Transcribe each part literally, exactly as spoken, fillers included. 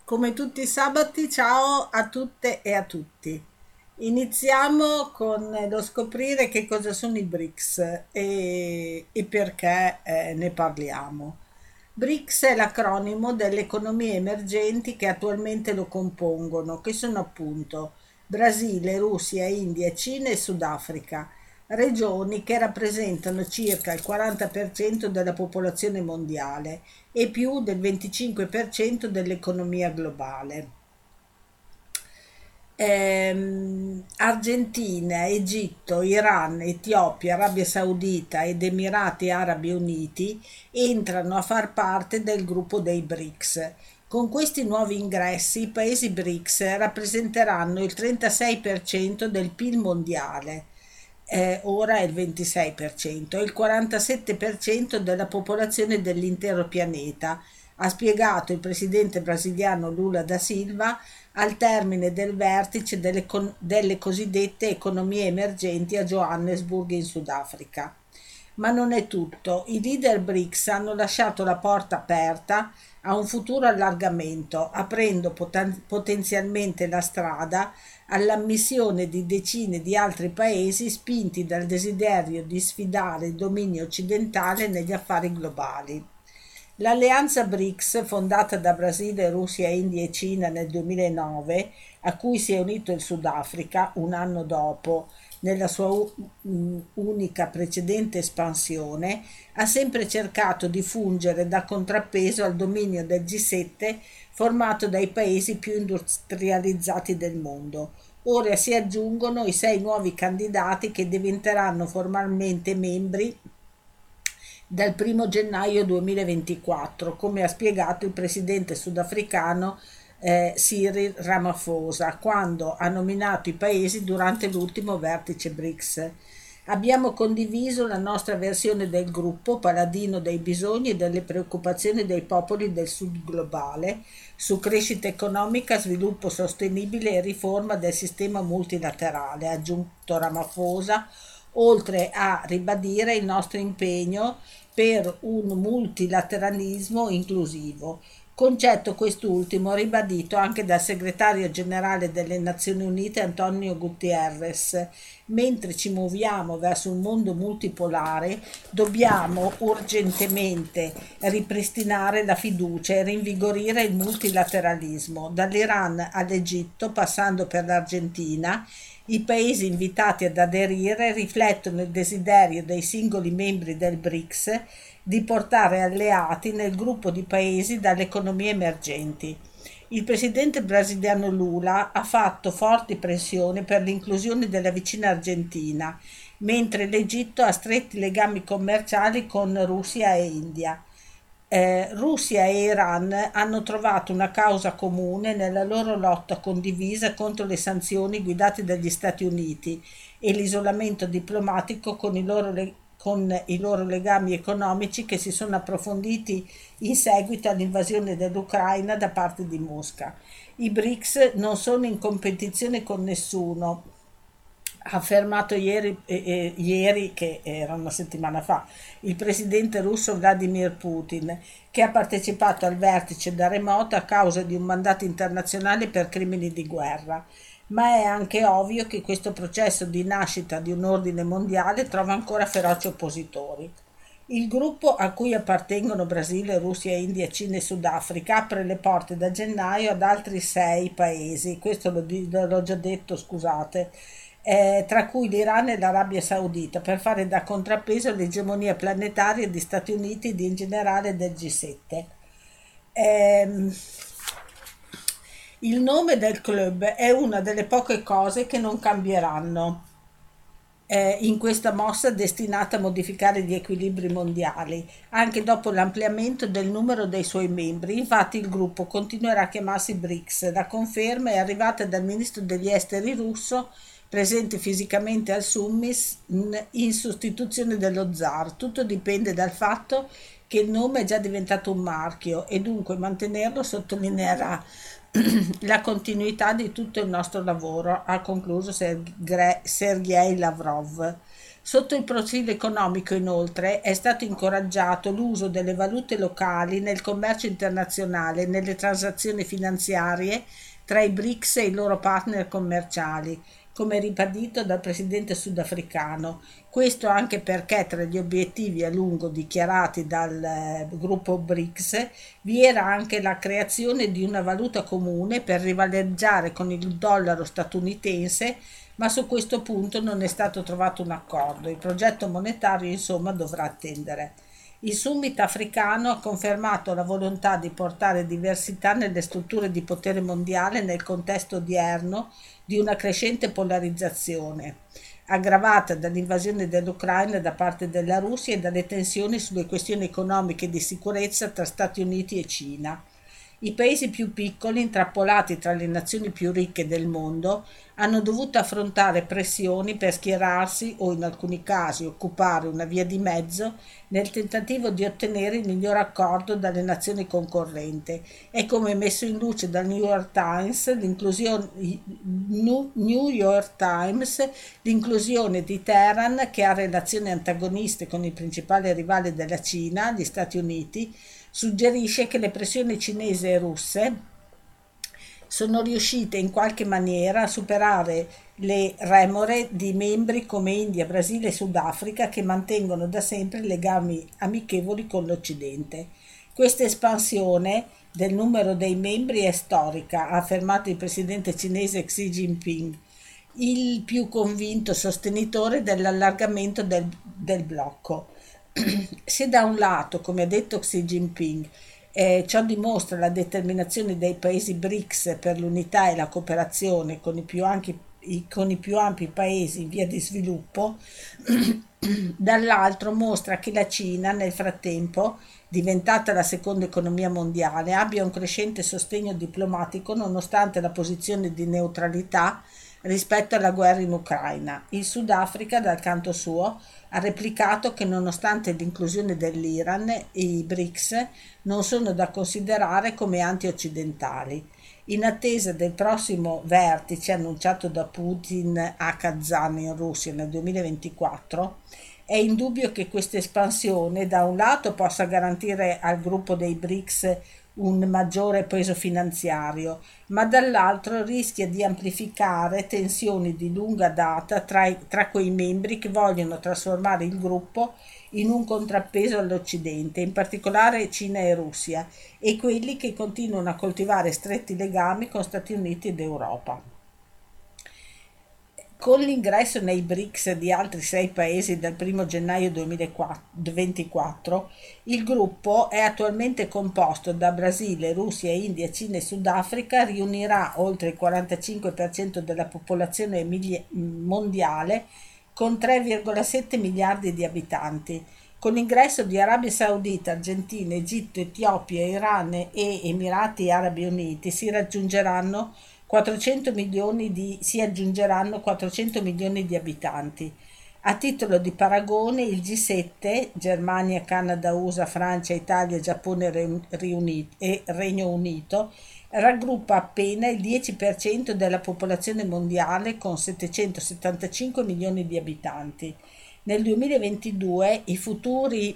Come tutti i sabati, ciao a tutte e a tutti. Iniziamo con lo scoprire che cosa sono i BRICS e, e perché eh, ne parliamo. BRICS è l'acronimo delle economie emergenti che attualmente lo compongono, che sono appunto Brasile, Russia, India, Cina e Sudafrica, regioni che rappresentano circa il quaranta per cento della popolazione mondiale e più del venticinque per cento dell'economia globale. Ehm, Argentina, Egitto, Iran, Etiopia, Arabia Saudita ed Emirati Arabi Uniti entrano a far parte del gruppo dei BRICS. Con questi nuovi ingressi, i paesi BRICS rappresenteranno il trentasei per cento del P I L mondiale, eh, ora è il ventisei per cento, e il quarantasette per cento della popolazione dell'intero pianeta, ha spiegato il presidente brasiliano Lula da Silva al termine del vertice delle, con- delle cosiddette economie emergenti a Johannesburg in Sudafrica. Ma non è tutto. I leader BRICS hanno lasciato la porta aperta a un futuro allargamento, aprendo poten- potenzialmente la strada all'ammissione di decine di altri paesi spinti dal desiderio di sfidare il dominio occidentale negli affari globali. L'alleanza BRICS, fondata da Brasile, Russia, India e Cina nel duemilanove, a cui si è unito il Sudafrica un anno dopo, nella sua u- mm, unica precedente espansione, ha sempre cercato di fungere da contrappeso al dominio del G sette formato dai paesi più industrializzati del mondo. Ora si aggiungono i sei nuovi candidati che diventeranno formalmente membri dal primo gennaio duemilaventiquattro, come ha spiegato il presidente sudafricano eh, Cyril Ramaphosa quando ha nominato i paesi durante l'ultimo vertice BRICS. Abbiamo condiviso la nostra versione del gruppo, paladino dei bisogni e delle preoccupazioni dei popoli del sud globale, su crescita economica, sviluppo sostenibile e riforma del sistema multilaterale, ha aggiunto Ramaphosa, oltre a ribadire il nostro impegno per un multilateralismo inclusivo, concetto quest'ultimo ribadito anche dal segretario generale delle Nazioni Unite Antonio Guterres. Mentre ci muoviamo verso un mondo multipolare, dobbiamo urgentemente ripristinare la fiducia e rinvigorire il multilateralismo, dall'Iran all'Egitto, passando per l'Argentina. I paesi invitati ad aderire riflettono il desiderio dei singoli membri del BRICS di portare alleati nel gruppo di paesi dalle economie emergenti. Il presidente brasiliano Lula ha fatto forti pressioni per l'inclusione della vicina Argentina, mentre l'Egitto ha stretti legami commerciali con Russia e India. Eh, Russia e Iran hanno trovato una causa comune nella loro lotta condivisa contro le sanzioni guidate dagli Stati Uniti e l'isolamento diplomatico con i loro, le- con i loro legami economici che si sono approfonditi in seguito all'invasione dell'Ucraina da parte di Mosca. I BRICS non sono in competizione con nessuno, ha affermato ieri, eh, eh, ieri, che era una settimana fa, il presidente russo Vladimir Putin, che ha partecipato al vertice da remoto a causa di un mandato internazionale per crimini di guerra. Ma è anche ovvio che questo processo di nascita di un ordine mondiale trova ancora feroci oppositori. Il gruppo a cui appartengono Brasile, Russia, India, Cina e Sudafrica apre le porte da gennaio ad altri sei paesi, questo lo di- l'ho già detto, scusate, eh, tra cui l'Iran e l'Arabia Saudita, per fare da contrappeso all'egemonia planetaria di Stati Uniti ed in generale del G sette. Ehm, il nome del club è una delle poche cose che non cambieranno eh, in questa mossa destinata a modificare gli equilibri mondiali, anche dopo l'ampliamento del numero dei suoi membri. Infatti il gruppo continuerà a chiamarsi BRICS. La conferma è arrivata dal ministro degli esteri russo presente fisicamente al summit in sostituzione dello zar. Tutto dipende dal fatto che il nome è già diventato un marchio e dunque mantenerlo sottolineerà la continuità di tutto il nostro lavoro, ha concluso Sergei Lavrov. Sotto il profilo economico, inoltre, è stato incoraggiato l'uso delle valute locali nel commercio internazionale e nelle transazioni finanziarie tra i BRICS e i loro partner commerciali, come ribadito dal presidente sudafricano. Questo anche perché tra gli obiettivi a lungo dichiarati dal eh, gruppo BRICS vi era anche la creazione di una valuta comune per rivaleggiare con il dollaro statunitense, ma su questo punto non è stato trovato un accordo. Il progetto monetario, insomma, dovrà attendere. Il summit africano ha confermato la volontà di portare diversità nelle strutture di potere mondiale nel contesto odierno di una crescente polarizzazione, aggravata dall'invasione dell'Ucraina da parte della Russia e dalle tensioni sulle questioni economiche e di sicurezza tra Stati Uniti e Cina. I paesi più piccoli, intrappolati tra le nazioni più ricche del mondo, hanno dovuto affrontare pressioni per schierarsi o in alcuni casi occupare una via di mezzo nel tentativo di ottenere il miglior accordo dalle nazioni concorrenti. È come messo in luce dal New York Times, l'inclusione, New York Times, l'inclusione di Teheran, che ha relazioni antagoniste con il principale rivale della Cina, gli Stati Uniti, suggerisce che le pressioni cinesi e russe sono riuscite in qualche maniera a superare le remore di membri come India, Brasile e Sudafrica, che mantengono da sempre legami amichevoli con l'Occidente. Questa espansione del numero dei membri è storica, ha affermato il presidente cinese Xi Jinping, il più convinto sostenitore dell'allargamento del, del blocco. Se da un lato, come ha detto Xi Jinping, eh, ciò dimostra la determinazione dei paesi BRICS per l'unità e la cooperazione con i più ampi, i, con i più ampi paesi in via di sviluppo, dall'altro mostra che la Cina, nel frattempo, diventata la seconda economia mondiale, abbia un crescente sostegno diplomatico nonostante la posizione di neutralità rispetto alla guerra in Ucraina. Il Sudafrica, dal canto suo, ha replicato che nonostante l'inclusione dell'Iran, i BRICS non sono da considerare come anti-occidentali. In attesa del prossimo vertice annunciato da Putin a Kazan in Russia nel duemilaventiquattro, è indubbio che questa espansione da un lato possa garantire al gruppo dei BRICS un maggiore peso finanziario, ma dall'altro rischia di amplificare tensioni di lunga data tra, tra quei membri che vogliono trasformare il gruppo in un contrappeso all'Occidente, in particolare Cina e Russia, e quelli che continuano a coltivare stretti legami con Stati Uniti ed Europa. Con l'ingresso nei BRICS di altri sei paesi dal primo gennaio duemilaventiquattro, il gruppo è attualmente composto da Brasile, Russia, India, Cina e Sudafrica, riunirà oltre il quarantacinque per cento della popolazione mondiale con tre virgola sette miliardi di abitanti. Con l'ingresso di Arabia Saudita, Argentina, Egitto, Etiopia, Iran e Emirati Arabi Uniti si raggiungeranno quattrocento milioni di, si aggiungeranno quattrocento milioni di abitanti. A titolo di paragone, il G sette, Germania, Canada, U S A, Francia, Italia, Giappone riuniti, e Regno Unito, raggruppa appena il dieci per cento della popolazione mondiale con settecentosettantacinque milioni di abitanti. Nel duemilaventidue i futuri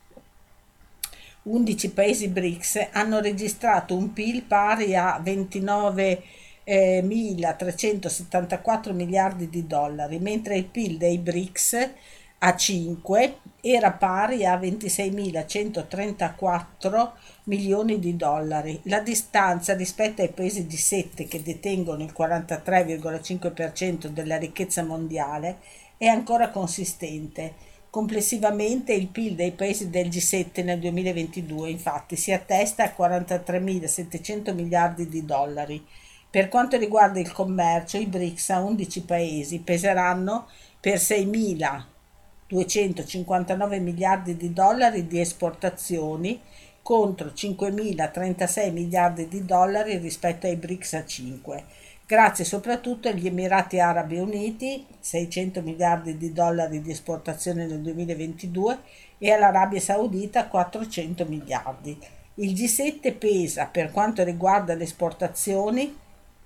undici paesi BRICS hanno registrato un P I L pari a ventinove millatrecentosettantaquattro miliardi di dollari, mentre il P I L dei BRICS a cinque era pari a ventiseimilacentotrentaquattro milioni di dollari. La distanza rispetto ai paesi G sette, che detengono il quarantatré virgola cinque per cento della ricchezza mondiale, è ancora consistente. Complessivamente il P I L dei paesi del G sette nel duemilaventidue infatti si attesta a quarantatremilasettecento miliardi di dollari. Per quanto riguarda il commercio, i BRICS a undici paesi peseranno per seimiladuecentocinquantanove miliardi di dollari di esportazioni contro cinquemilatrentasei miliardi di dollari rispetto ai BRICS a cinque, grazie soprattutto agli Emirati Arabi Uniti, seicento miliardi di dollari di esportazione nel duemilaventidue, e all'Arabia Saudita quattrocento miliardi. Il G sette pesa, per quanto riguarda le esportazioni,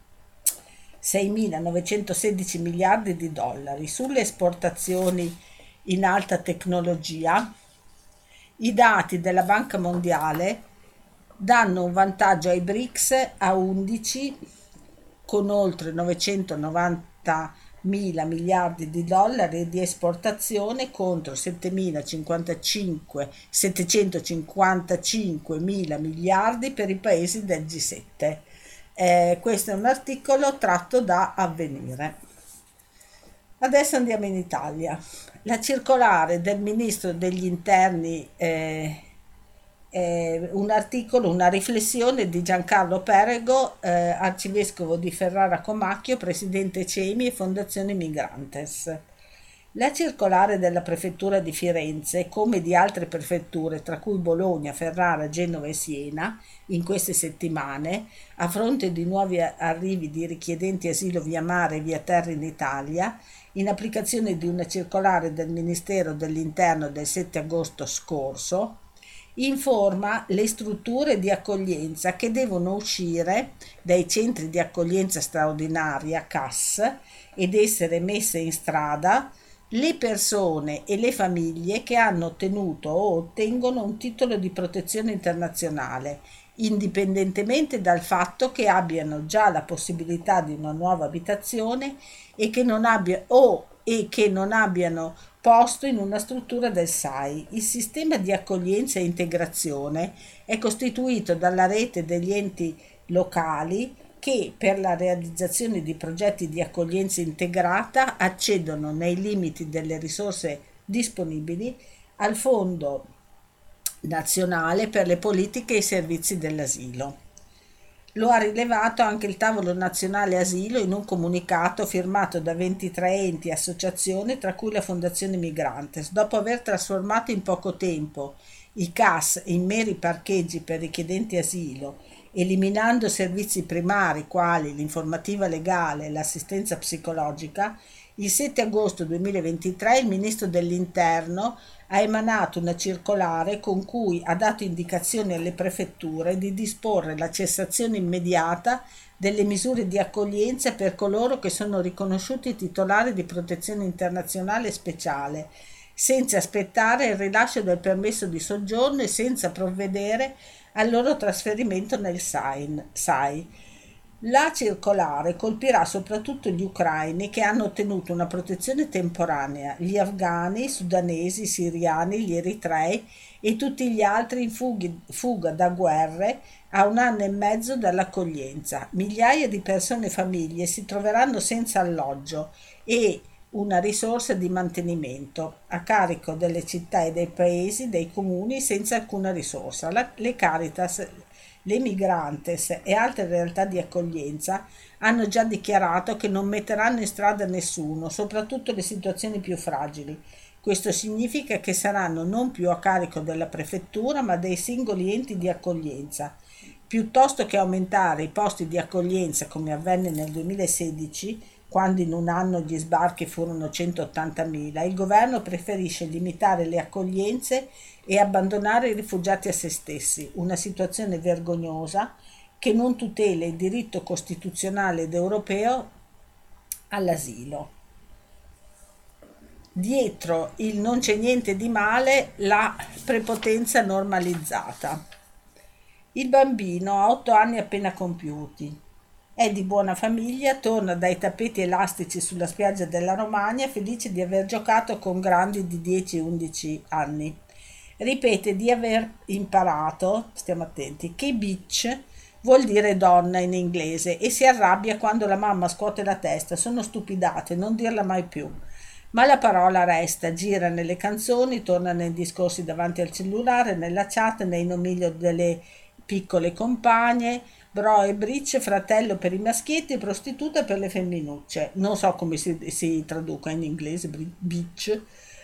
seimilanovecentosedici miliardi di dollari. Sulle esportazioni in alta tecnologia. I dati della Banca Mondiale danno un vantaggio ai BRICS a undici, con oltre novecentonovanta mila miliardi di dollari di esportazione contro settemilacinquantacinque settecentocinquantacinque mila miliardi per i paesi del G sette. Eh, questo è un articolo tratto da Avvenire. Adesso andiamo in Italia. La circolare del ministro degli interni, eh, è un articolo, una riflessione di Giancarlo Perego, eh, arcivescovo di Ferrara Comacchio, presidente CEMI e Fondazione Migrantes. La circolare della prefettura di Firenze, come di altre prefetture, tra cui Bologna, Ferrara, Genova e Siena, in queste settimane, a fronte di nuovi arrivi di richiedenti asilo via mare e via terra in Italia, in applicazione di una circolare del Ministero dell'Interno del sette agosto scorso, informa le strutture di accoglienza che devono uscire dai centri di accoglienza straordinaria C A S ed essere messe in strada le persone e le famiglie che hanno ottenuto o ottengono un titolo di protezione internazionale, indipendentemente dal fatto che abbiano già la possibilità di una nuova abitazione e che non abbia, o e che non abbiano posto in una struttura del S A I. Il sistema di accoglienza e integrazione è costituito dalla rete degli enti locali che per la realizzazione di progetti di accoglienza integrata accedono nei limiti delle risorse disponibili al Fondo nazionale per le politiche e i servizi dell'asilo. Lo ha rilevato anche il Tavolo Nazionale Asilo in un comunicato firmato da ventitré enti e associazioni, tra cui la Fondazione Migrantes, dopo aver trasformato in poco tempo i C A S in meri parcheggi per richiedenti asilo, eliminando servizi primari quali l'informativa legale e l'assistenza psicologica. Il sette agosto duemilaventitré il Ministro dell'Interno ha emanato una circolare con cui ha dato indicazioni alle prefetture di disporre la cessazione immediata delle misure di accoglienza per coloro che sono riconosciuti titolari di protezione internazionale speciale, senza aspettare il rilascio del permesso di soggiorno e senza provvedere al loro trasferimento nel S A I. La circolare colpirà soprattutto gli ucraini che hanno ottenuto una protezione temporanea, gli afghani, i sudanesi, i siriani, gli eritrei e tutti gli altri in fughi, fuga da guerre a un anno e mezzo dall'accoglienza. Migliaia di persone e famiglie si troveranno senza alloggio e una risorsa di mantenimento a carico delle città e dei paesi, dei comuni senza alcuna risorsa. La, le Caritas, le Migrantes e altre realtà di accoglienza hanno già dichiarato che non metteranno in strada nessuno, soprattutto le situazioni più fragili. Questo significa che saranno non più a carico della prefettura ma dei singoli enti di accoglienza. Piuttosto che aumentare i posti di accoglienza come avvenne nel duemilasedici, quando in un anno gli sbarchi furono centottantamila, il governo preferisce limitare le accoglienze e abbandonare i rifugiati a se stessi, una situazione vergognosa che non tutela il diritto costituzionale ed europeo all'asilo. Dietro il non c'è niente di male, la prepotenza normalizzata. Il bambino ha otto anni appena compiuti. È di buona famiglia, torna dai tappeti elastici sulla spiaggia della Romagna felice di aver giocato con grandi di dieci undici anni. Ripete di aver imparato, stiamo attenti, che bitch vuol dire donna in inglese e si arrabbia quando la mamma scuote la testa. Sono stupidate, non dirla mai più. Ma la parola resta, gira nelle canzoni, torna nei discorsi davanti al cellulare, nella chat, nei nomiglio delle piccole compagne, bro e britch, fratello per i maschietti, prostituta per le femminucce. Non so come si, si traduca in inglese, bitch.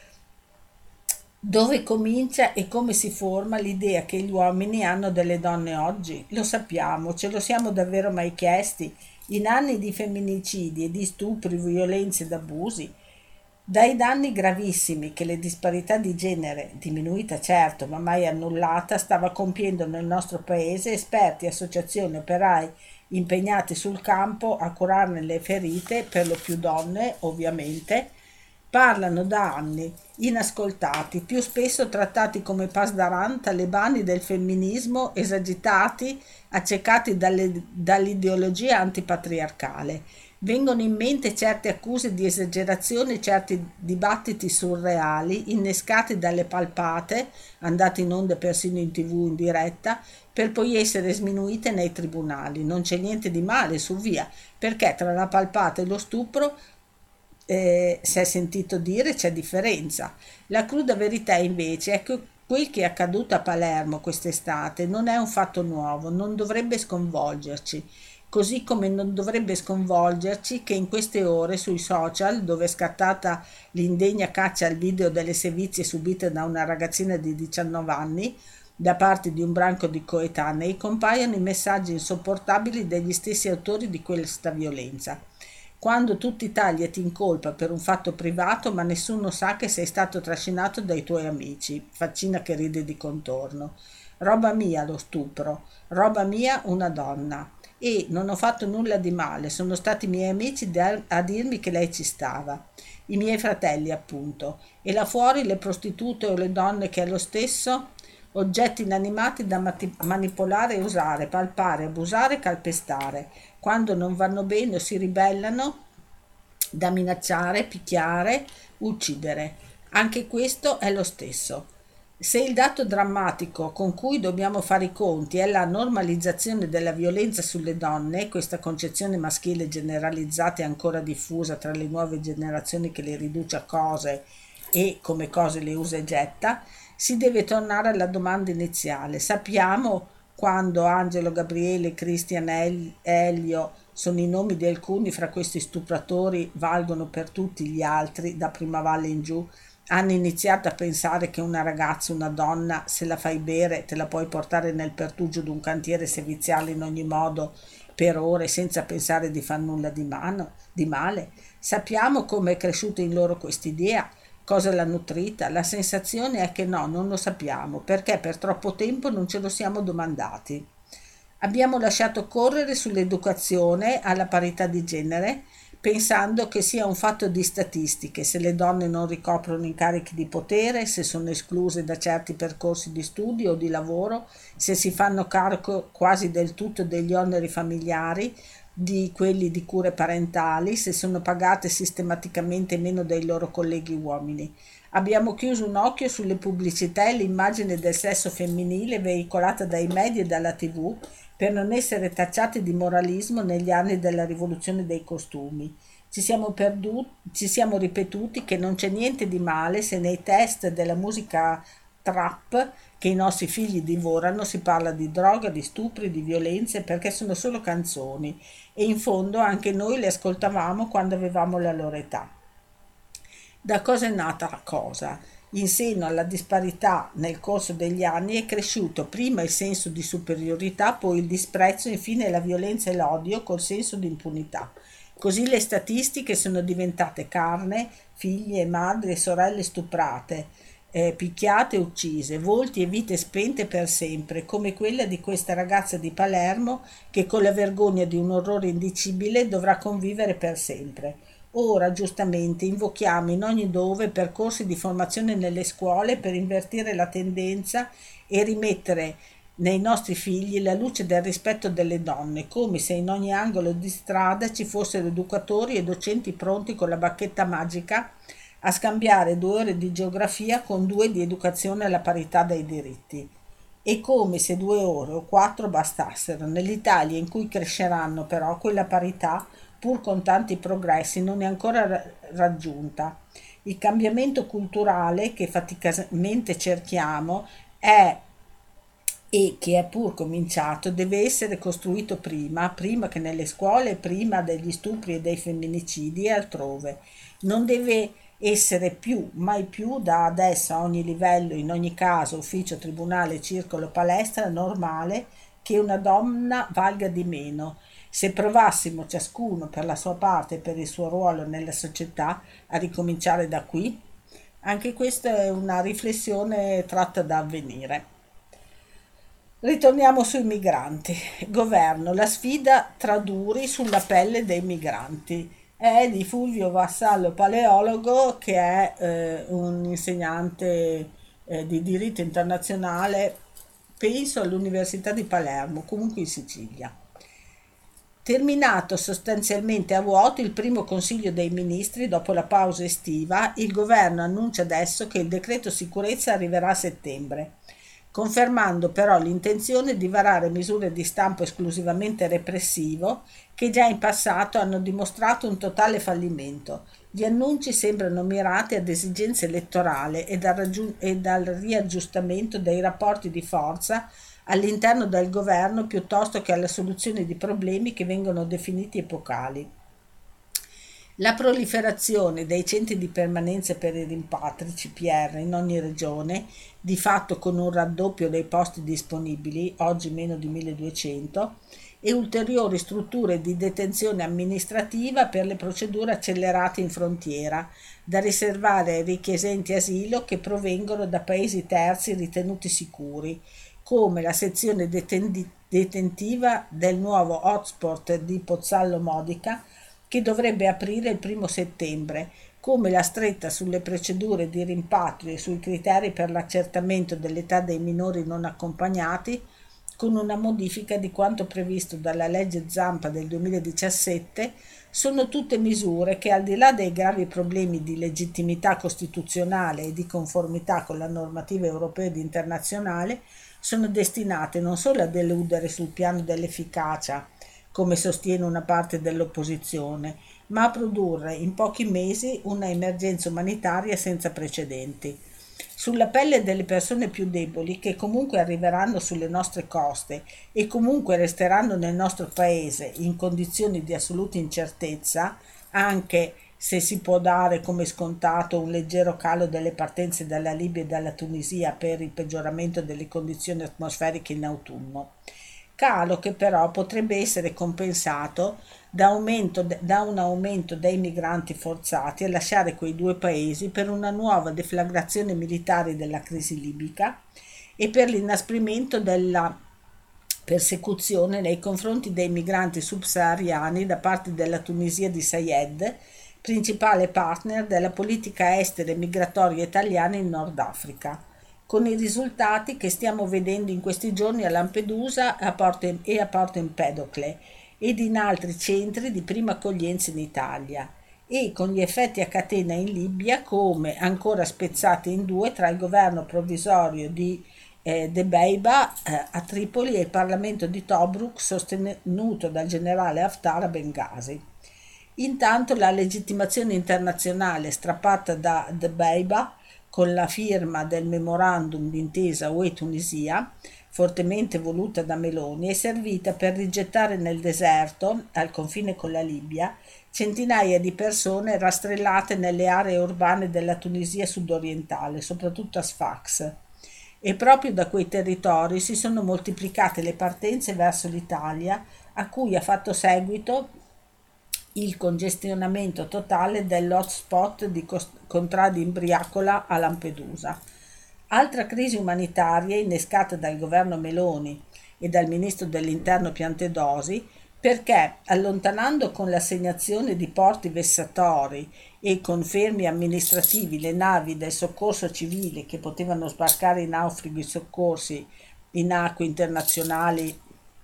Dove comincia e come si forma l'idea che gli uomini hanno delle donne oggi? Lo sappiamo, ce lo siamo davvero mai chiesti? In anni di femminicidi e di stupri, violenze ed abusi, dai danni gravissimi che le disparità di genere, diminuita certo ma mai annullata, stava compiendo nel nostro paese, esperti, associazioni, operai impegnati sul campo a curarne le ferite, per lo più donne ovviamente, Parlano da anni, inascoltati, più spesso trattati come pasdaran talebani del femminismo, esagitati, accecati dalle- dall'ideologia antipatriarcale. Vengono in mente certe accuse di esagerazione, certi dibattiti surreali, innescati dalle palpate, andate in onda persino in tv in diretta, per poi essere sminuite nei tribunali. Non c'è niente di male, su via, perché tra la palpata e lo stupro, eh, si è sentito dire, c'è differenza. La cruda verità invece è che quel che è accaduto a Palermo quest'estate non è un fatto nuovo, non dovrebbe sconvolgerci, così come non dovrebbe sconvolgerci che in queste ore sui social, dove è scattata l'indegna caccia al video delle sevizie subite da una ragazzina di diciannove anni da parte di un branco di coetanei, compaiano i messaggi insopportabili degli stessi autori di questa violenza. Quando tutti tagliati in colpa per un fatto privato, ma nessuno sa che sei stato trascinato dai tuoi amici. Faccina che ride di contorno. Roba mia lo stupro, roba mia una donna. E non ho fatto nulla di male, sono stati i miei amici da- a dirmi che lei ci stava. I miei fratelli, appunto. E là fuori le prostitute o le donne che è lo stesso? Oggetti inanimati da mati- manipolare e usare, palpare, abusare, calpestare. Quando non vanno bene o si ribellano, da minacciare, picchiare, uccidere. Anche questo è lo stesso. Se il dato drammatico con cui dobbiamo fare i conti è la normalizzazione della violenza sulle donne, questa concezione maschile generalizzata e ancora diffusa tra le nuove generazioni che le riduce a cose e come cose le usa e getta, si deve tornare alla domanda iniziale. Sappiamo quando Angelo, Gabriele, Christian, El- Elio sono i nomi di alcuni fra questi stupratori, valgono per tutti gli altri, da Primavalle in giù, hanno iniziato a pensare che una ragazza, una donna, se la fai bere, te la puoi portare nel pertugio d'un cantiere seviziale in ogni modo per ore senza pensare di far nulla di, mano, di male. Sappiamo come è cresciuta in loro quest'idea, cosa l'ha nutrita. La sensazione è che no, non lo sappiamo, perché per troppo tempo non ce lo siamo domandati. Abbiamo lasciato correre sull'educazione alla parità di genere, pensando che sia un fatto di statistiche, se le donne non ricoprono incarichi di potere, se sono escluse da certi percorsi di studio o di lavoro, se si fanno carico quasi del tutto degli oneri familiari, di quelli di cure parentali, se sono pagate sistematicamente meno dei loro colleghi uomini. Abbiamo chiuso un occhio sulle pubblicità e l'immagine del sesso femminile veicolata dai media e dalla tivù per non essere tacciati di moralismo negli anni della rivoluzione dei costumi. Ci siamo, perdu- ci siamo ripetuti che non c'è niente di male se nei test della musica trap che i nostri figli divorano si parla di droga, di stupri, di violenze perché sono solo canzoni e in fondo anche noi le ascoltavamo quando avevamo la loro età. Da cosa è nata la cosa? In seno alla disparità nel corso degli anni è cresciuto prima il senso di superiorità, poi il disprezzo, infine la violenza e l'odio col senso di impunità. Così le statistiche sono diventate carne, figlie, madri e sorelle stuprate, eh, picchiate e uccise, volti e vite spente per sempre, come quella di questa ragazza di Palermo che con la vergogna di un orrore indicibile dovrà convivere per sempre. Ora, giustamente, invochiamo in ogni dove percorsi di formazione nelle scuole per invertire la tendenza e rimettere nei nostri figli la luce del rispetto delle donne, come se in ogni angolo di strada ci fossero educatori e docenti pronti con la bacchetta magica a scambiare due ore di geografia con due di educazione alla parità dei diritti. E come se due ore o quattro bastassero, nell'Italia in cui cresceranno però quella parità, pur con tanti progressi, non è ancora ra- raggiunta. Il cambiamento culturale che faticosamente cerchiamo è e che è pur cominciato deve essere costruito prima, prima che nelle scuole, prima degli stupri e dei femminicidi e altrove. Non deve essere più, mai più, da adesso a ogni livello, in ogni caso, ufficio, tribunale, circolo, palestra, normale che una donna valga di meno. Se provassimo ciascuno per la sua parte e per il suo ruolo nella società a ricominciare da qui, anche questa è una riflessione tratta da avvenire. Ritorniamo sui migranti. Governo, la sfida traduri sulla pelle dei migranti. è di Fulvio Vassallo Paleologo, che è eh, un insegnante eh, di diritto internazionale, penso all'Università di Palermo, comunque in Sicilia. Terminato sostanzialmente a vuoto il primo Consiglio dei Ministri dopo la pausa estiva, il governo annuncia adesso che il decreto sicurezza arriverà a settembre, confermando però l'intenzione di varare misure di stampo esclusivamente repressivo che già in passato hanno dimostrato un totale fallimento. Gli annunci sembrano mirati ad esigenze elettorali e dal, raggiun- e dal riaggiustamento dei rapporti di forza all'interno del governo piuttosto che alla soluzione di problemi che vengono definiti epocali. La proliferazione dei centri di permanenza per i rimpatri C P R in ogni regione, di fatto con un raddoppio dei posti disponibili, oggi meno di milleduecento, e ulteriori strutture di detenzione amministrativa per le procedure accelerate in frontiera, da riservare ai richiedenti asilo che provengono da paesi terzi ritenuti sicuri, come la sezione detendi- detentiva del nuovo hotspot di Pozzallo Modica, che dovrebbe aprire il primo settembre, come la stretta sulle procedure di rimpatrio e sui criteri per l'accertamento dell'età dei minori non accompagnati, con una modifica di quanto previsto dalla legge Zampa del duemiladiciassette, sono tutte misure che, al di là dei gravi problemi di legittimità costituzionale e di conformità con la normativa europea ed internazionale, sono destinate non solo a deludere sul piano dell'efficacia, come sostiene una parte dell'opposizione, ma a produrre in pochi mesi una emergenza umanitaria senza precedenti. Sulla pelle delle persone più deboli, che comunque arriveranno sulle nostre coste e comunque resteranno nel nostro paese in condizioni di assoluta incertezza, anche se si può dare come scontato un leggero calo delle partenze dalla Libia e dalla Tunisia per il peggioramento delle condizioni atmosferiche in autunno. Calo che però potrebbe essere compensato da, aumento, da un aumento dei migranti forzati a lasciare quei due paesi per una nuova deflagrazione militare della crisi libica e per l'inasprimento della persecuzione nei confronti dei migranti subsahariani da parte della Tunisia di Sayed, principale partner della politica estera e migratoria italiana in Nord Africa, con i risultati che stiamo vedendo in questi giorni a Lampedusa e a Porto, e a Porto Empedocle ed in altri centri di prima accoglienza in Italia, e con gli effetti a catena in Libia, come ancora spezzati in due tra il governo provvisorio di eh, Debeiba eh, a Tripoli e il Parlamento di Tobruk sostenuto dal generale Haftar a Bengasi. Intanto la legittimazione internazionale strappata da Debeiba con la firma del memorandum d'intesa U E-Tunisia, fortemente voluta da Meloni, è servita per rigettare nel deserto, al confine con la Libia, centinaia di persone rastrellate nelle aree urbane della Tunisia sudorientale, soprattutto a Sfax. E proprio da quei territori si sono moltiplicate le partenze verso l'Italia, a cui ha fatto seguito il congestionamento totale dell'hotspot di Contrada Imbriacola a Lampedusa. Altra crisi umanitaria innescata dal governo Meloni e dal ministro dell'Interno Piantedosi, perché allontanando con l'assegnazione di porti vessatori e con fermi amministrativi le navi del soccorso civile che potevano sbarcare i naufraghi soccorsi in acque internazionali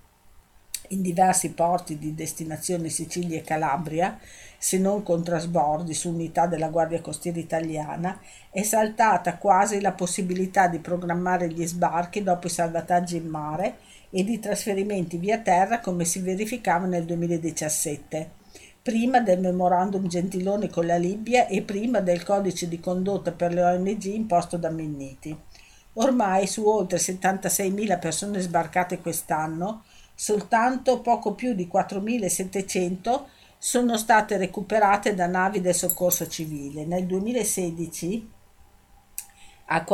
in diversi porti di destinazione Sicilia e Calabria, se non con trasbordi su unità della Guardia Costiera italiana, è saltata quasi la possibilità di programmare gli sbarchi dopo i salvataggi in mare e di trasferimenti via terra come si verificava nel duemiladiciassette, prima del memorandum Gentiloni con la Libia e prima del codice di condotta per le O N G imposto da Minniti. Ormai su oltre settantaseimila persone sbarcate quest'anno, soltanto poco più di quattromilasettecento sono state recuperate da navi del soccorso civile. Nel duemilasedici a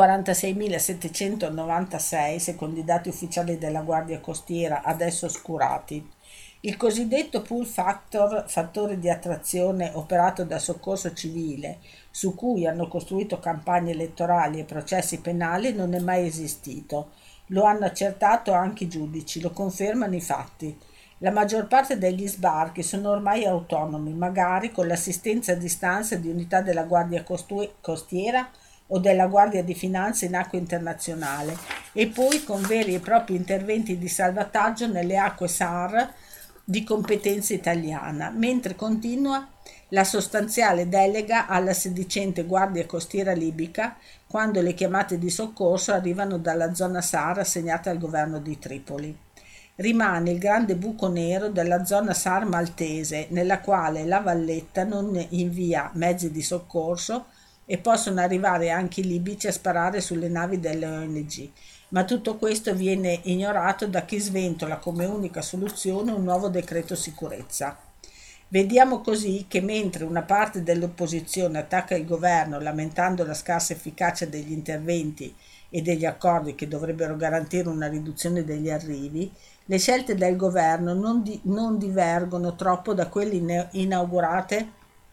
quarantaseimilasettecentonovantasei, secondo i dati ufficiali della Guardia Costiera, adesso oscurati. Il cosiddetto pull factor, fattore di attrazione operato dal soccorso civile, su cui hanno costruito campagne elettorali e processi penali, non è mai esistito. Lo hanno accertato anche i giudici, lo confermano i fatti. La maggior parte degli sbarchi sono ormai autonomi, magari con l'assistenza a distanza di unità della Guardia Costu- Costiera o della Guardia di Finanza in acque internazionali, e poi con veri e propri interventi di salvataggio nelle acque S A R di competenza italiana, mentre continua la sostanziale delega alla sedicente Guardia Costiera libica quando le chiamate di soccorso arrivano dalla zona S A R assegnata al governo di Tripoli. Rimane il grande buco nero della zona S A R maltese, nella quale la Valletta non invia mezzi di soccorso e possono arrivare anche i libici a sparare sulle navi delle O N G. Ma tutto questo viene ignorato da chi sventola come unica soluzione un nuovo decreto sicurezza. Vediamo così che mentre una parte dell'opposizione attacca il governo lamentando la scarsa efficacia degli interventi e degli accordi che dovrebbero garantire una riduzione degli arrivi, le scelte del governo non, di, non divergono troppo da quelle inaugurate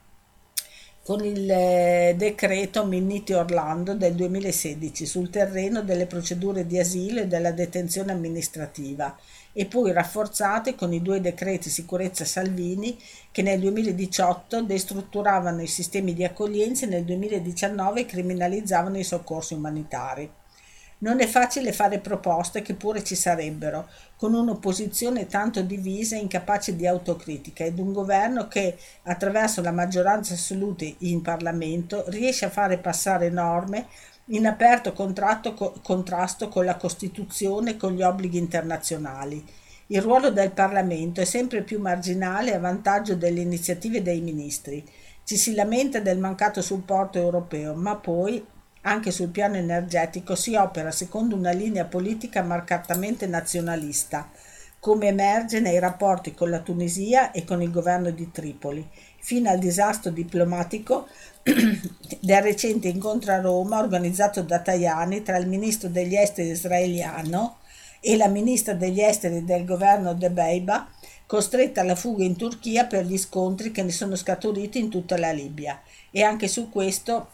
con il eh, decreto Minniti-Orlando del duemilasedici sul terreno delle procedure di asilo e della detenzione amministrativa, e poi rafforzate con i due decreti sicurezza Salvini che nel duemiladiciotto destrutturavano i sistemi di accoglienza e nel duemiladiciannove criminalizzavano i soccorsi umanitari. Non è facile fare proposte, che pure ci sarebbero, con un'opposizione tanto divisa e incapace di autocritica ed un governo che, attraverso la maggioranza assoluta in Parlamento, riesce a fare passare norme in aperto contratto, contrasto con la Costituzione e con gli obblighi internazionali. Il ruolo del Parlamento è sempre più marginale a vantaggio delle iniziative dei ministri. Ci si lamenta del mancato supporto europeo, ma poi anche sul piano energetico si opera secondo una linea politica marcatamente nazionalista, come emerge nei rapporti con la Tunisia e con il governo di Tripoli, fino al disastro diplomatico del recente incontro a Roma organizzato da Tajani tra il ministro degli esteri israeliano e la ministra degli esteri del governo Debeiba, costretta alla fuga in Turchia per gli scontri che ne sono scaturiti in tutta la Libia. E anche su questo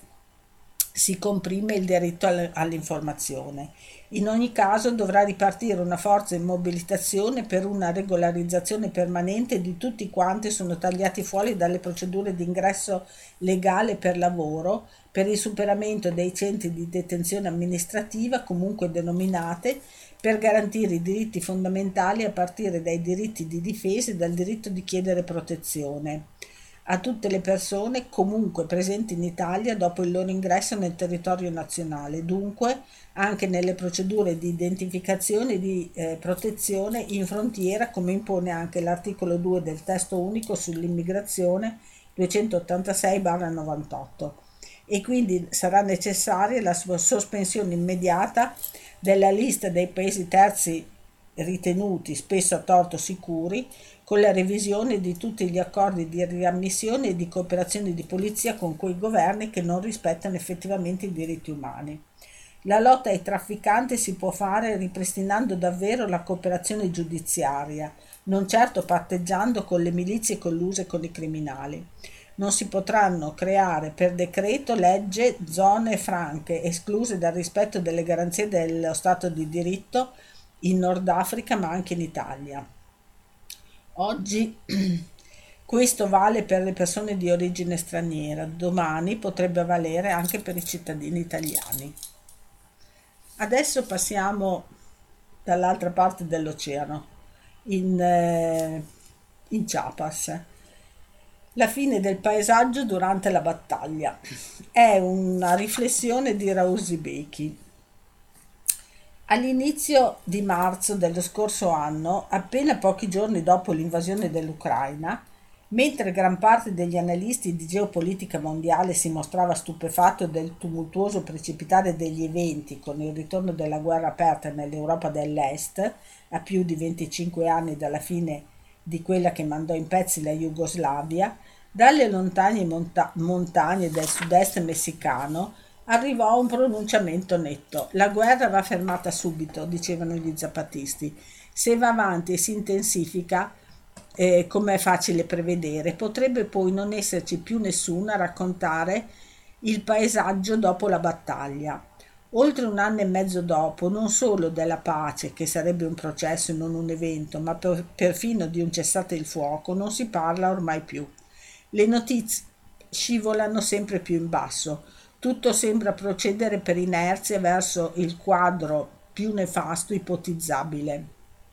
si comprime il diritto all'informazione. In ogni caso dovrà ripartire una forza in mobilitazione per una regolarizzazione permanente di tutti quanti sono tagliati fuori dalle procedure di ingresso legale per lavoro, per il superamento dei centri di detenzione amministrativa, comunque denominate, per garantire i diritti fondamentali a partire dai diritti di difesa e dal diritto di chiedere protezione a tutte le persone comunque presenti in Italia dopo il loro ingresso nel territorio nazionale, dunque anche nelle procedure di identificazione e di eh, protezione in frontiera, come impone anche l'articolo due del testo unico sull'immigrazione duecentottantasei novantotto, e quindi sarà necessaria la sospensione immediata della lista dei paesi terzi ritenuti spesso a torto sicuri, con la revisione di tutti gli accordi di riammissione e di cooperazione di polizia con quei governi che non rispettano effettivamente i diritti umani. La lotta ai trafficanti si può fare ripristinando davvero la cooperazione giudiziaria, non certo patteggiando con le milizie colluse con i criminali. Non si potranno creare per decreto legge zone franche, escluse dal rispetto delle garanzie dello Stato di diritto in Nord Africa ma anche in Italia. Oggi questo vale per le persone di origine straniera, domani potrebbe valere anche per i cittadini italiani. Adesso passiamo dall'altra parte dell'oceano, in, eh, in Chiapas. La fine del paesaggio durante la battaglia. È una riflessione di Rausi Bechi. All'inizio di marzo dello scorso anno, appena pochi giorni dopo l'invasione dell'Ucraina, mentre gran parte degli analisti di geopolitica mondiale si mostrava stupefatto del tumultuoso precipitare degli eventi con il ritorno della guerra aperta nell'Europa dell'Est, a più di venticinque anni dalla fine di quella che mandò in pezzi la Jugoslavia, dalle lontane monta- montagne del sud-est messicano arrivò un pronunciamento netto. La guerra va fermata subito, dicevano gli zapatisti. Se va avanti e si intensifica, eh, come è facile prevedere, potrebbe poi non esserci più nessuno a raccontare il paesaggio dopo la battaglia. Oltre un anno e mezzo dopo, non solo della pace, che sarebbe un processo e non un evento, ma per- perfino di un cessate il fuoco, non si parla ormai più. Le notizie scivolano sempre più in basso. Tutto sembra procedere per inerzia verso il quadro più nefasto ipotizzabile,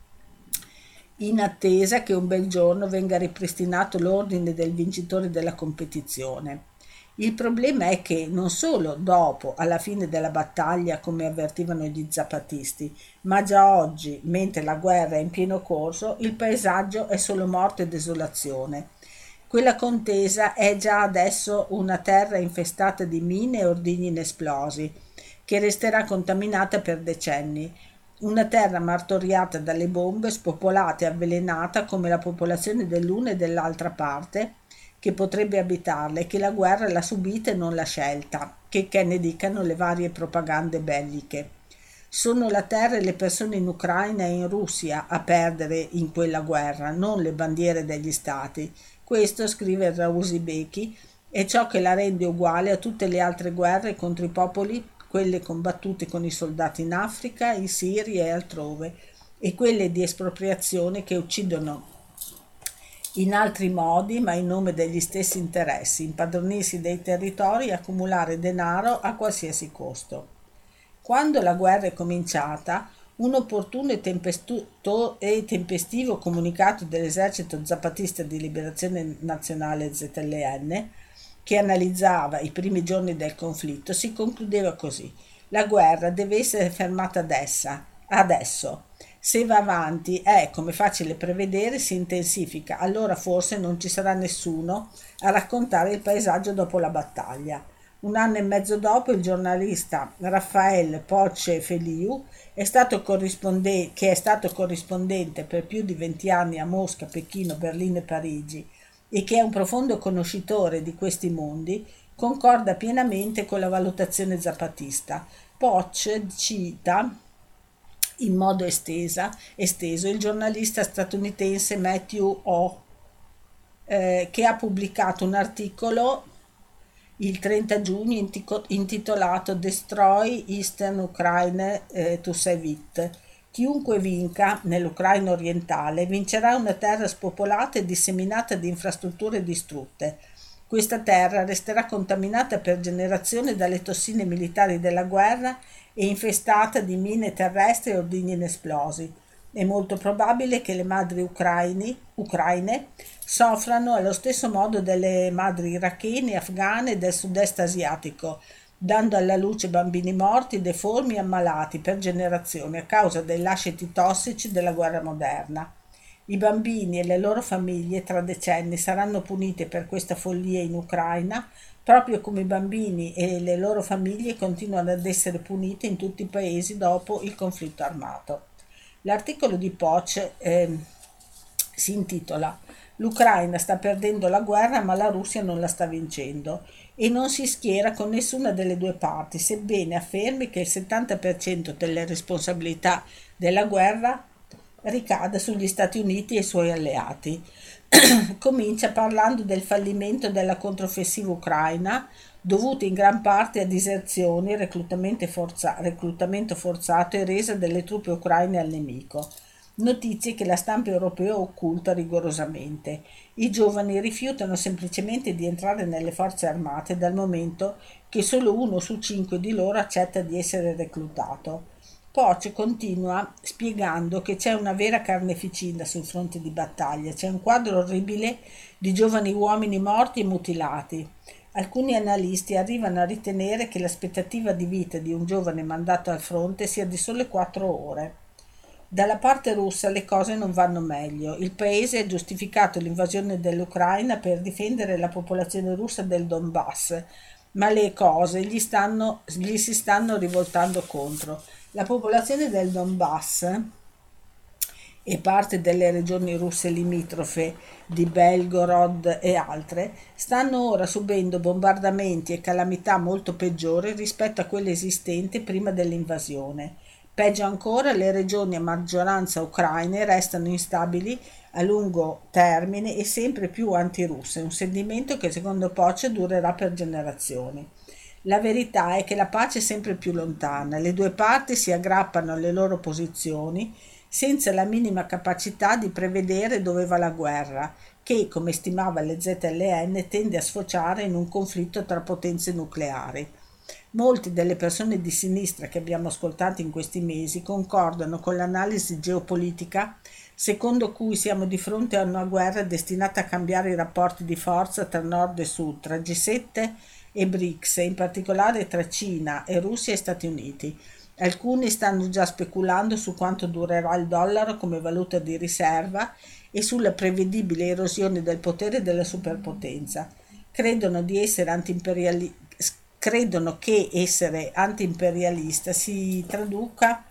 in attesa che un bel giorno venga ripristinato l'ordine del vincitore della competizione. Il problema è che non solo dopo, alla fine della battaglia, come avvertivano gli zapatisti, ma già oggi, mentre la guerra è in pieno corso, il paesaggio è solo morte e desolazione. Quella contesa è già adesso una terra infestata di mine e ordigni inesplosi, che resterà contaminata per decenni. Una terra martoriata dalle bombe, spopolata e avvelenata come la popolazione dell'una e dell'altra parte, che potrebbe abitarla e che la guerra l'ha subita e non l'ha scelta, che, che ne dicano le varie propagande belliche. Sono la terra e le persone in Ucraina e in Russia a perdere in quella guerra, non le bandiere degli stati. Questo, scrive Rausi Becchi, è ciò che la rende uguale a tutte le altre guerre contro i popoli, quelle combattute con i soldati in Africa, in Siria e altrove, e quelle di espropriazione che uccidono in altri modi, ma in nome degli stessi interessi, impadronirsi dei territori e accumulare denaro a qualsiasi costo. Quando la guerra è cominciata, un opportuno e, tempestu- e tempestivo comunicato dell'esercito zapatista di liberazione nazionale Z L N, che analizzava i primi giorni del conflitto, si concludeva così: la guerra deve essere fermata adesso, adesso. Se va avanti è, come facile prevedere, si intensifica, allora forse non ci sarà nessuno a raccontare il paesaggio dopo la battaglia. Un anno e mezzo dopo, il giornalista Rafael Poce Feliu, è stato corrisponde- che è stato corrispondente per più di venti anni a Mosca, Pechino, Berlino e Parigi, e che è un profondo conoscitore di questi mondi, concorda pienamente con la valutazione zapatista. Poch cita in modo estesa, esteso il giornalista statunitense Matthew O, eh, che ha pubblicato un articolo il trenta giugno intico- intitolato Destroy Eastern Ukraine eh, to Save It. Chiunque vinca nell'Ucraina orientale vincerà una terra spopolata e disseminata di infrastrutture distrutte. Questa terra resterà contaminata per generazioni dalle tossine militari della guerra e infestata di mine terrestri e ordigni inesplosi. È molto probabile che le madri ucraini, ucraine soffrano allo stesso modo delle madri irachene, afghane e del sud-est asiatico, dando alla luce bambini morti, deformi e ammalati per generazioni a causa dei lasciti tossici della guerra moderna. I bambini e le loro famiglie tra decenni saranno puniti per questa follia in Ucraina, proprio come i bambini e le loro famiglie continuano ad essere puniti in tutti i paesi dopo il conflitto armato. L'articolo di Poch eh, si intitola L'Ucraina sta perdendo la guerra ma la Russia non la sta vincendo e non si schiera con nessuna delle due parti, sebbene affermi che il settanta per cento delle responsabilità della guerra ricade sugli Stati Uniti e i suoi alleati. Comincia parlando del fallimento della controffensiva ucraina, dovuta in gran parte a diserzioni, reclutamento, forza- reclutamento forzato e resa delle truppe ucraine al nemico. Notizie che la stampa europea occulta rigorosamente. I giovani rifiutano semplicemente di entrare nelle forze armate dal momento che solo uno su cinque di loro accetta di essere reclutato. Poch continua spiegando che c'è una vera carneficina sul fronte di battaglia, c'è un quadro orribile di giovani uomini morti e mutilati. Alcuni analisti arrivano a ritenere che l'aspettativa di vita di un giovane mandato al fronte sia di sole quattro ore. Dalla parte russa le cose non vanno meglio. Il paese ha giustificato l'invasione dell'Ucraina per difendere la popolazione russa del Donbass, ma le cose gli, stanno, gli si stanno rivoltando contro. La popolazione del Donbass e parte delle regioni russe limitrofe di Belgorod e altre stanno ora subendo bombardamenti e calamità molto peggiori rispetto a quelle esistenti prima dell'invasione. Peggio ancora, le regioni a maggioranza ucraine restano instabili a lungo termine e sempre più antirusse, un sentimento che secondo Poce durerà per generazioni. La verità è che la pace è sempre più lontana, le due parti si aggrappano alle loro posizioni senza la minima capacità di prevedere dove va la guerra, che, come stimava le Z L N, tende a sfociare in un conflitto tra potenze nucleari. Molte delle persone di sinistra che abbiamo ascoltato in questi mesi concordano con l'analisi geopolitica secondo cui siamo di fronte a una guerra destinata a cambiare i rapporti di forza tra nord e sud, tra G sette e BRICS, e in particolare tra Cina e Russia e Stati Uniti. Alcuni stanno già speculando su quanto durerà il dollaro come valuta di riserva e sulla prevedibile erosione del potere della superpotenza. Credono di essere antiimperiali- credono che essere antiimperialista si traduca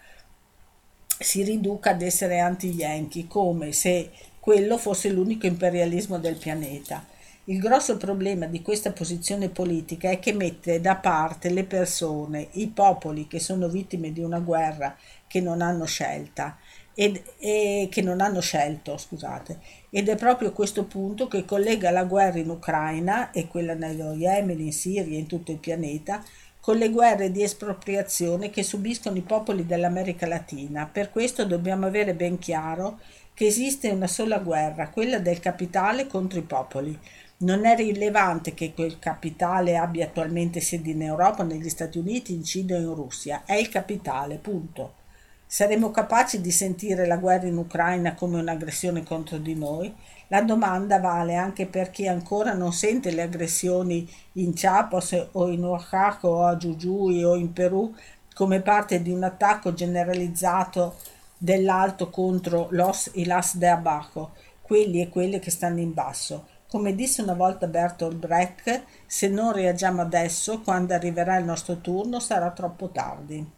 si riduca ad essere anti-yankee, come se quello fosse l'unico imperialismo del pianeta. Il grosso problema di questa posizione politica è che mette da parte le persone, i popoli che sono vittime di una guerra che non hanno scelta ed, e che non hanno scelto, scusate, ed è proprio questo punto che collega la guerra in Ucraina e quella nello Yemen, in Siria e in tutto il pianeta con le guerre di espropriazione che subiscono i popoli dell'America Latina. Per questo dobbiamo avere ben chiaro che esiste una sola guerra, quella del capitale contro i popoli. Non è rilevante che quel capitale abbia attualmente sedi in Europa, negli Stati Uniti, in Cina o in Russia. È il capitale, punto. Saremo capaci di sentire la guerra in Ucraina come un'aggressione contro di noi? La domanda vale anche per chi ancora non sente le aggressioni in Chiapas o in Oaxaca o a Jujuy o in Perù come parte di un attacco generalizzato dell'alto contro los y las de abajo, quelli e quelle che stanno in basso. Come disse una volta Bertolt Brecht, se non reagiamo adesso, quando arriverà il nostro turno sarà troppo tardi.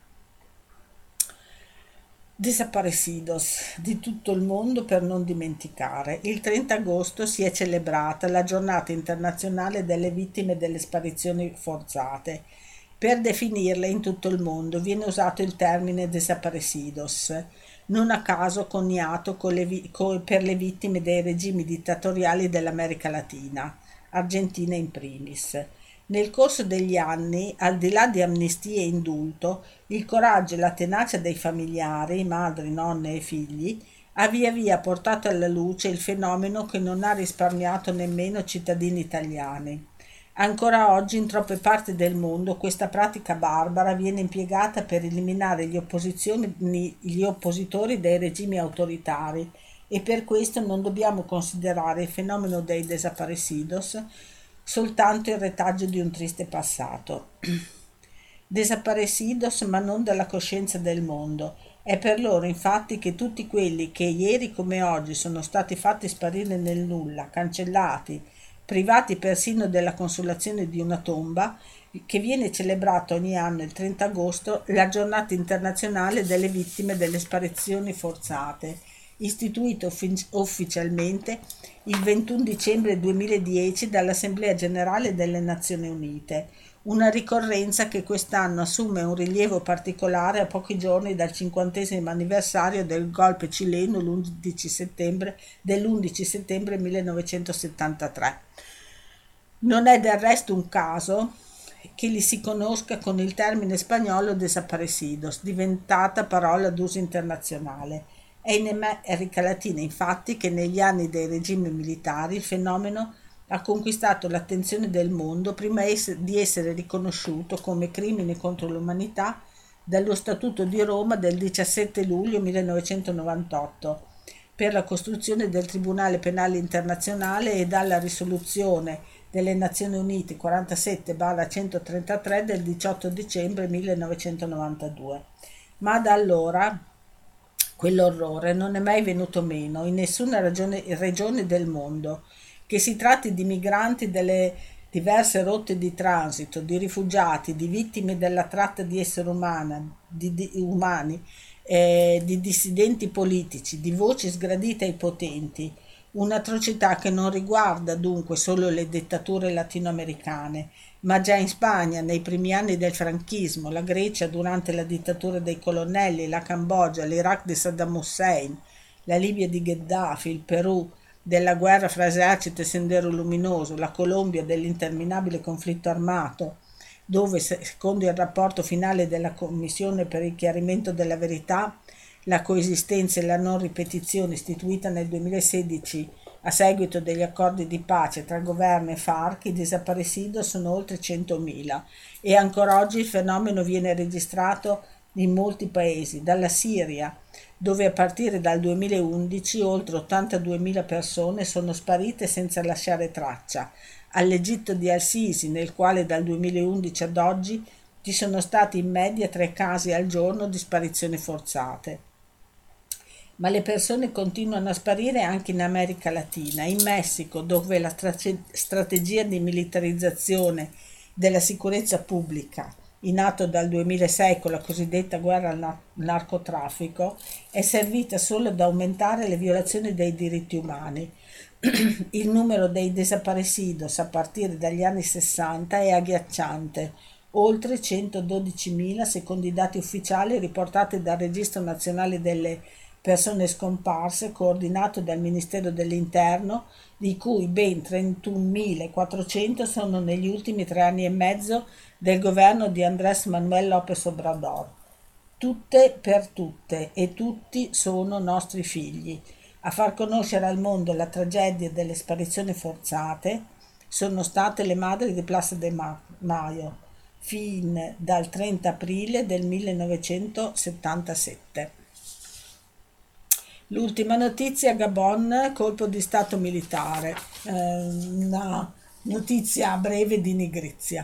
Desaparecidos di tutto il mondo per non dimenticare. Il trenta agosto si è celebrata la giornata internazionale delle vittime delle sparizioni forzate. Per definirle in tutto il mondo viene usato il termine desaparecidos, non a caso coniato con le vi- co- per le vittime dei regimi dittatoriali dell'America Latina, Argentina in primis. Nel corso degli anni, al di là di amnistie e indulto, il coraggio e la tenacia dei familiari, madri, nonne e figli, ha via via portato alla luce il fenomeno che non ha risparmiato nemmeno cittadini italiani. Ancora oggi in troppe parti del mondo questa pratica barbara viene impiegata per eliminare gli, opposizioni- gli oppositori dei regimi autoritari e per questo non dobbiamo considerare il fenomeno dei desaparecidos soltanto il retaggio di un triste passato. Desaparecidos ma non dalla coscienza del mondo. È per loro infatti che tutti quelli che ieri come oggi sono stati fatti sparire nel nulla, cancellati, privati persino della consolazione di una tomba, che viene celebrata ogni anno il trenta agosto, la giornata internazionale delle vittime delle sparizioni forzate, istituito uffi- ufficialmente il ventuno dicembre duemiladieci dall'Assemblea Generale delle Nazioni Unite, una ricorrenza che quest'anno assume un rilievo particolare a pochi giorni dal cinquantesimo anniversario del golpe cileno l'undici settembre, dell'undici settembre millenovecentosettantatré. Non è del resto un caso che li si conosca con il termine spagnolo desaparecidos, diventata parola d'uso internazionale. È in America Latina, infatti, che negli anni dei regimi militari il fenomeno ha conquistato l'attenzione del mondo prima di essere riconosciuto come crimine contro l'umanità dallo Statuto di Roma del diciassette luglio millenovecentonovantotto per la costruzione del Tribunale Penale Internazionale e dalla risoluzione delle Nazioni Unite quarantasette centotrentatré del diciotto dicembre millenovecentonovantadue. Ma da allora quell'orrore non è mai venuto meno in nessuna ragione, regione del mondo, che si tratti di migranti delle diverse rotte di transito, di rifugiati, di vittime della tratta di esseri umani, di, di, umani eh, di dissidenti politici, di voci sgradite ai potenti, un'atrocità che non riguarda dunque solo le dittature latinoamericane, ma già in Spagna nei primi anni del franchismo, la Grecia durante la dittatura dei colonnelli, la Cambogia, l'Iraq di Saddam Hussein, la Libia di Gheddafi, il Perù della guerra fra esercito e sendero luminoso, la Colombia dell'interminabile conflitto armato, dove, secondo il rapporto finale della Commissione per il chiarimento della verità, la coesistenza e la non ripetizione, istituita nel duemilasedici a seguito degli accordi di pace tra governo e FARC, i desaparecidos sono oltre centomila e ancora oggi il fenomeno viene registrato in molti paesi, dalla Siria, dove a partire dal duemilaundici oltre ottantaduemila persone sono sparite senza lasciare traccia, all'Egitto di Al-Sisi, nel quale dal duemilaundici ad oggi ci sono stati in media tre casi al giorno di sparizioni forzate. Ma le persone continuano a sparire anche in America Latina, in Messico, dove la strate- strategia di militarizzazione della sicurezza pubblica, in atto dal duemilasei con la cosiddetta guerra al na- narcotraffico, è servita solo ad aumentare le violazioni dei diritti umani. Il numero dei desaparecidos a partire dagli anni sessanta è agghiacciante, oltre centododicimila secondo i dati ufficiali riportati dal Registro Nazionale delle Persone Scomparse, coordinato dal Ministero dell'Interno, di cui ben trentunomilaquattrocento sono negli ultimi tre anni e mezzo del governo di Andrés Manuel López Obrador. Tutte per tutte e tutti sono nostri figli. A far conoscere al mondo la tragedia delle sparizioni forzate sono state le madri di Plaza de Mayo, fin dal trenta aprile del millenovecentosettantasette. L'ultima notizia: Gabon, colpo di stato militare. Eh, una notizia breve di nigrizia.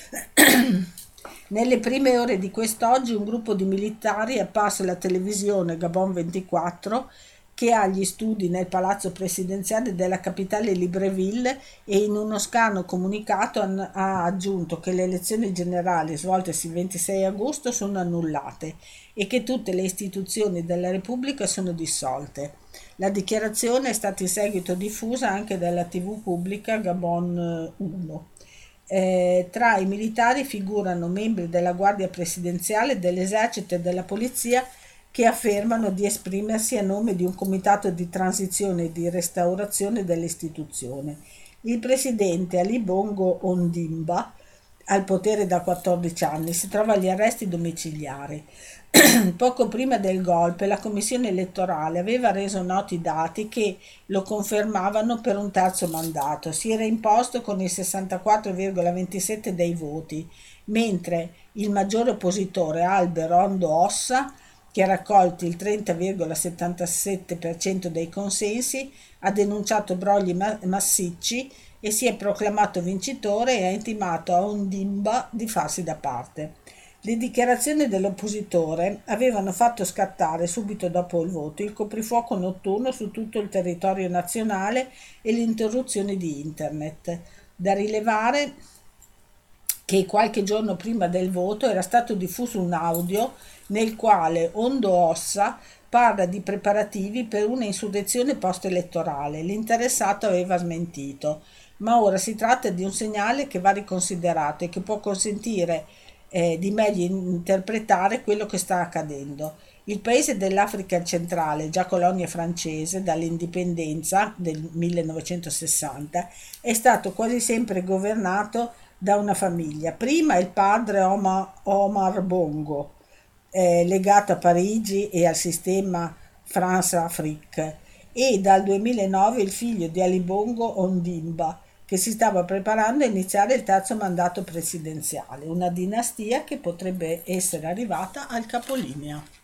Nelle prime ore di quest'oggi un gruppo di militari è apparso alla televisione Gabon ventiquattro, che ha gli studi nel palazzo presidenziale della capitale Libreville, e in uno scarno comunicato ha aggiunto che le elezioni generali svoltesi il ventisei agosto sono annullate e che tutte le istituzioni della Repubblica sono dissolte. La dichiarazione è stata in seguito diffusa anche dalla tivù pubblica Gabon uno. Eh, tra i militari figurano membri della Guardia Presidenziale, dell'Esercito e della Polizia, che affermano di esprimersi a nome di un comitato di transizione e di restaurazione dell'istituzione. Il presidente Ali Bongo Ondimba, al potere da quattordici anni, si trova agli arresti domiciliari. Poco prima del golpe la commissione elettorale aveva reso noti i dati che lo confermavano per un terzo mandato. Si era imposto con il sessantaquattro virgola ventisette dei voti, mentre il maggiore oppositore Albert Ondo Ossa, che ha raccolto il trenta virgola settantasette per cento dei consensi, ha denunciato brogli ma- massicci e si è proclamato vincitore e ha intimato a Ondimba di farsi da parte. Le dichiarazioni dell'oppositore avevano fatto scattare subito dopo il voto il coprifuoco notturno su tutto il territorio nazionale e l'interruzione di internet. Da rilevare che qualche giorno prima del voto era stato diffuso un audio nel quale Ondo Ossa parla di preparativi per una insurrezione post-elettorale. L'interessato aveva smentito, ma ora si tratta di un segnale che va riconsiderato e che può consentire eh, di meglio interpretare quello che sta accadendo. Il paese dell'Africa centrale, già colonia francese dall'indipendenza del millenovecentosessanta, è stato quasi sempre governato da una famiglia. Prima il padre Omar, Omar Bongo, eh, legato a Parigi e al sistema France-Afrique, e dal duemilanove il figlio di Ali Bongo Ondimba, che si stava preparando a iniziare il terzo mandato presidenziale, una dinastia che potrebbe essere arrivata al capolinea.